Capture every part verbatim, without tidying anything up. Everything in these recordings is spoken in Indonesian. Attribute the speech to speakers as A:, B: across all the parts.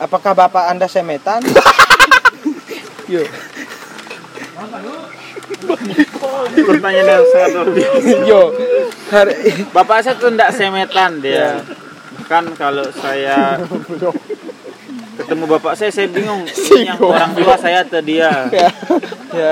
A: apakah bapak Anda semetan? Yo.
B: Pertanyaan yang sangat lebih.
A: Yo.
B: Bapak saya tuh enggak semetan dia. Kan kalau saya ketemu bapak saya, saya bingung ini yang orang tua saya atau dia.
A: Ya. Ya.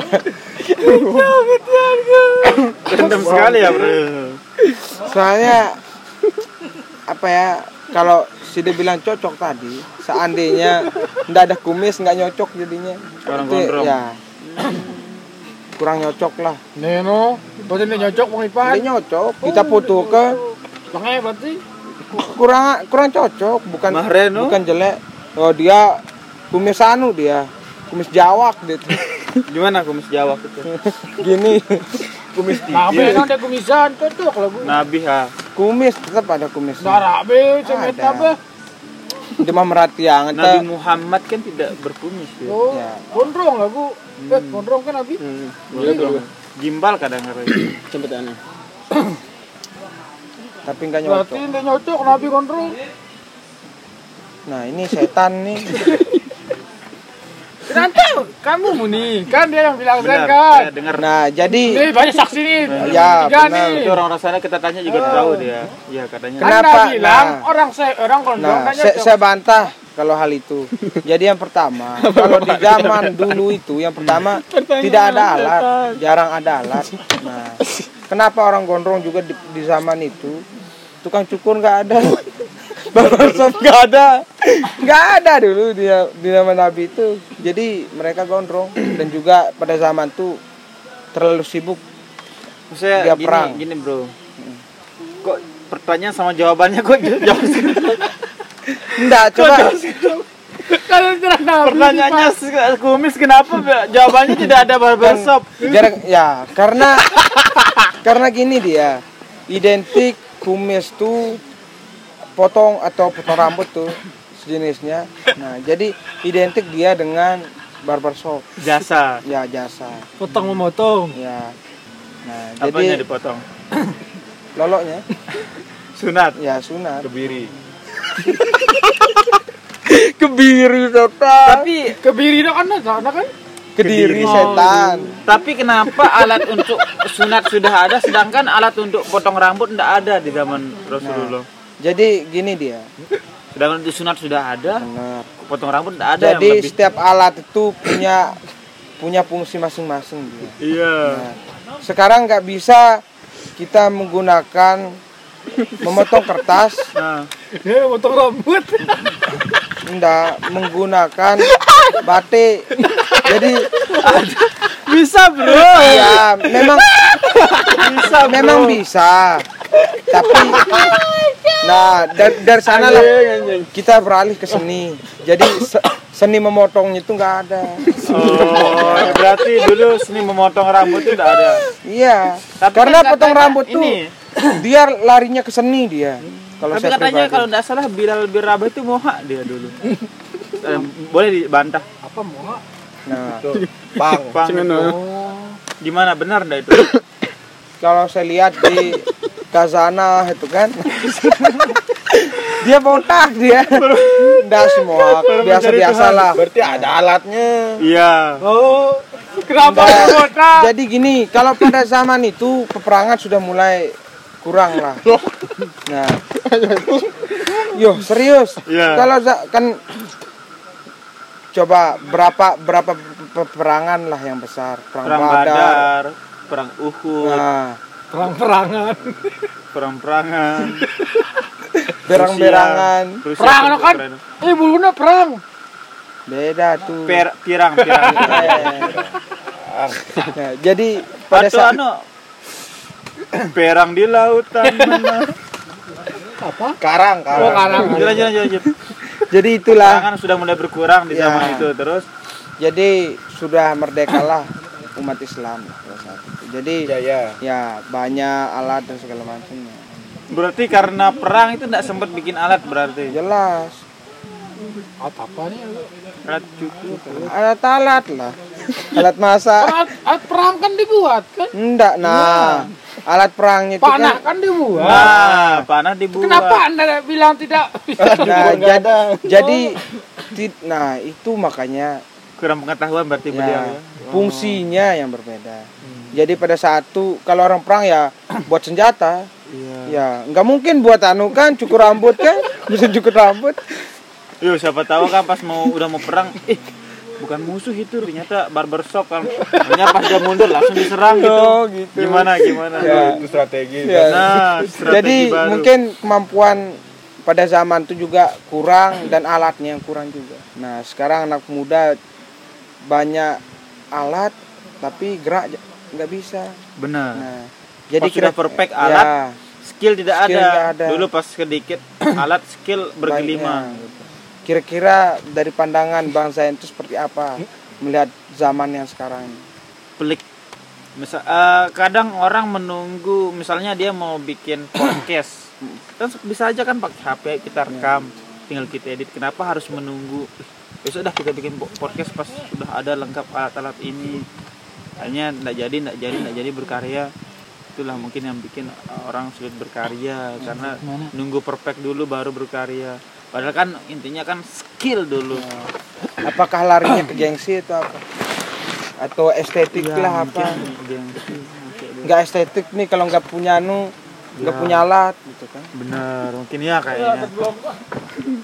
B: Random sekali ya, Bro.
A: Soalnya apa ya, kalau si dia bilang cocok tadi, seandainya nggak ada kumis nggak nyocok jadinya.
B: Orang
A: Itu,
B: gondrong.
A: ya kurang nyocok lah.
C: Neno, berarti ini nyocok Bang Ipan.
A: Dia nyocok, kita foto ke
C: Makanya berarti
A: kurang kurang cocok, bukan
B: Mahreno?
A: bukan jelek. Oh dia kumis anu dia, kumis jawak gitu.
B: Gimana kumis Jawa itu?
A: Gini, kumis
C: Nabi
A: tigil.
C: kan ada kumisan, cocok lah Bu.
B: Nabi ha.
A: Kumis tetap ada kumis.
C: Darah be, cemet
A: Ada.
C: apa?
A: Dia mah merhatian.
B: Nabi Muhammad kan tidak berkumis ya.
C: Oh,
A: Ya.
C: gondrong lah Bu. Eh, gondrong kan Nabi.
B: Gondrong. Gimbal kadang-kadang.
D: Cepetannya.
A: Tapi nggak
C: Berarti
A: nyocok.
C: ini nyocok Nabi gondrong.
A: Nah ini setan nih.
C: Nanti kamu muni, kan dia yang bilang
B: Benar,
C: kan.
B: saya dengar.
A: Nah jadi
C: Ini banyak saksi nih.
A: Ya,
C: Tiga
A: benar.
C: nih.
B: Itu orang-orang sana kita tanya juga tahu dia. Iya katanya.
C: Kan
A: Kenapa?
C: Nabi bilang
A: Nah.
C: orang saya orang gondrong
A: Nah,
C: kan
A: saya,
C: nyocok.
A: saya bantah kalau hal itu. Jadi yang pertama, kalau di zaman dulu itu yang pertama tidak ada alat, jarang ada alat. Nah, kenapa orang gondrong juga di, di zaman itu tukang cukur nggak ada, barbershop nggak ada, nggak ada dulu di, di zaman Nabi itu. Jadi mereka gondrong dan juga pada zaman itu terlalu sibuk.
B: Saya
A: Dia
B: gini,
A: perang.
B: gini bro. Kok pertanyaan sama jawabannya kok jauh sekali?
A: Enggak, coba.
C: Kalian serang Nabi.
B: Pertanyaannya kumis kenapa jawabannya tidak ada barbershop?
A: Jarang, ya karena karena gini dia identik kumis tuh potong atau potong rambut tuh sejenisnya. Nah jadi identik dia dengan barbershop,
B: Jasa.
A: ya jasa,
C: Potong memotong.
A: ya. Nah
B: Apanya
A: jadi
B: dipotong?
A: loloknya,
B: Sunat.
A: ya sunat.
B: Kebiri.
A: Kebiri setan.
B: Tapi
C: Kebiri dah kan sana kan?
A: Kediri
B: Kediri.
A: setan.
B: tapi kenapa alat untuk sunat sudah ada sedangkan alat untuk potong rambut tidak ada di zaman Rasulullah?
A: Jadi gini dia.
B: Sedangkan untuk sunat sudah ada,
A: Benar.
B: potong rambut tidak ada
A: Jadi
B: yang lebih.
A: setiap alat itu punya punya fungsi masing-masing dia.
B: Iya.
A: Nah, sekarang nggak bisa kita menggunakan memotong kertas,
B: Nah,
C: Eh, potong rambut.
A: enggak menggunakan batik. Jadi
B: bisa bro.
A: ya memang
B: Bisa bro.
A: memang bisa. Tapi nah dari, dari sana lah kita beralih ke seni. Jadi se- seni memotongnya itu nggak ada.
B: Oh, berarti dulu seni memotong rambut itu tidak ada.
A: Iya.
B: Tapi
A: Karena
B: kan
A: potong
B: katanya
A: rambut tuh
B: ini.
A: dia larinya ke seni dia. Kalau
B: Tapi
A: saya
B: katanya
A: pribadi.
B: kalau tidak salah Bilal bin Rabah itu moha dia dulu. Eh, boleh dibantah.
C: Apa mau?
A: Nah,
D: Bang.
B: Bang. Oh. Gimana benar enggak itu?
A: kalau saya lihat di Kazana itu kan dia botak dia. Enggak semua, biasa-biasa lah.
D: Berarti ada alatnya.
B: Iya.
C: Oh, kenapa
A: Enggak.
C: botak?
A: Jadi gini, kalau pada zaman itu peperangan sudah mulai kurang lah. Nah, yo serius.
B: Iya.
A: Kalau za- kan coba berapa berapa peperangan lah yang besar, perang,
B: Perang
A: Badar.
B: Badar, perang Uhud,
A: Nah,
C: Perang-perangan.
B: perang-perangan,
A: berang-berangan.
B: Rusia,
C: Perang
B: Rusia,
C: kan?
B: Ukraina.
C: Eh, bulunya perang.
A: Beda tuh.
B: Per, pirang, pirang.
A: Nah, jadi pada
B: Atau
A: saat
B: anu perang di lautan mana?
D: Karang,
C: Oh,
D: karang.
C: karang.
B: Lanjut, lanjut, lanjut, lanjut.
A: jadi itulah.
B: Perangan sudah mulai berkurang di
A: Ya.
B: zaman itu terus.
A: Jadi sudah merdekalah umat Islam pada saat itu. Jadi
D: Ya, ya.
A: ya banyak alat dan segala macamnya.
B: Berarti karena perang itu tidak sempat bikin alat berarti.
A: Jelas.
C: Apa apa nih?
B: Alat cukup.
A: Alat-alat lah. Alat masak.
C: Alat, alat perang kan dibuat kan?
A: Enggak, nah. Alat perangnya itu
C: Panah
A: kan
C: kan dibuat.
B: Nah, panah dibuat.
C: Kenapa Anda bilang tidak bisa?
A: nah, jadi, jadi ti- nah itu makanya
B: Kurang pengetahuan berarti beliau
A: ya,
B: ya.
A: fungsinya yang berbeda. Jadi pada saat itu kalau orang perang ya buat senjata.
B: Iya.
A: Ya, nggak mungkin buat anu kan cukur rambut kan? Bisa cukur rambut.
B: Yo, siapa tahu kan pas mau udah mau perang, eh bukan musuh itu, ternyata barbershop kan. Ternyata pas dia mundur langsung diserang gitu.
A: Oh, gitu.
B: Gimana gimana?
A: Ya.
D: Itu strategi.
A: Ya.
B: Nah, strategi
A: Jadi
B: baru.
A: mungkin kemampuan pada zaman itu juga kurang dan alatnya yang kurang juga. Nah, sekarang anak muda banyak alat tapi gerak j- nggak bisa.
B: Benar.
A: Nah, jadi
B: Pas sudah
A: kira-
B: perfect
A: ya,
B: alat, skill tidak
A: skill
B: ada.
A: nggak ada.
B: Dulu pas sedikit alat skill bergelima.
A: banyak, gitu. Kira-kira dari pandangan Bang Zain itu seperti apa melihat zaman yang sekarang ini?
B: Pelik. Misal, eh, kadang orang menunggu, misalnya dia mau bikin podcast, kan bisa aja kan pakai H P kita rekam, tinggal kita edit. Kenapa harus menunggu? Besok dah kita bikin po- podcast pas sudah ada lengkap alat-alat ini. Hanya nggak jadi, nggak jadi, nggak jadi berkarya. Itulah mungkin yang bikin orang sulit berkarya karena nunggu perfect dulu baru berkarya. Padahal kan intinya kan skill dulu.
A: Apakah larinya ke gengsi atau apa? Atau estetik
B: Ya,
A: lah
B: mungkin
A: apa?
B: gengsi.
A: Nggak estetik nih kalau nggak punya anu, nggak
B: Ya.
A: punya alat gitu kan?
B: Benar, mungkin ya kayaknya.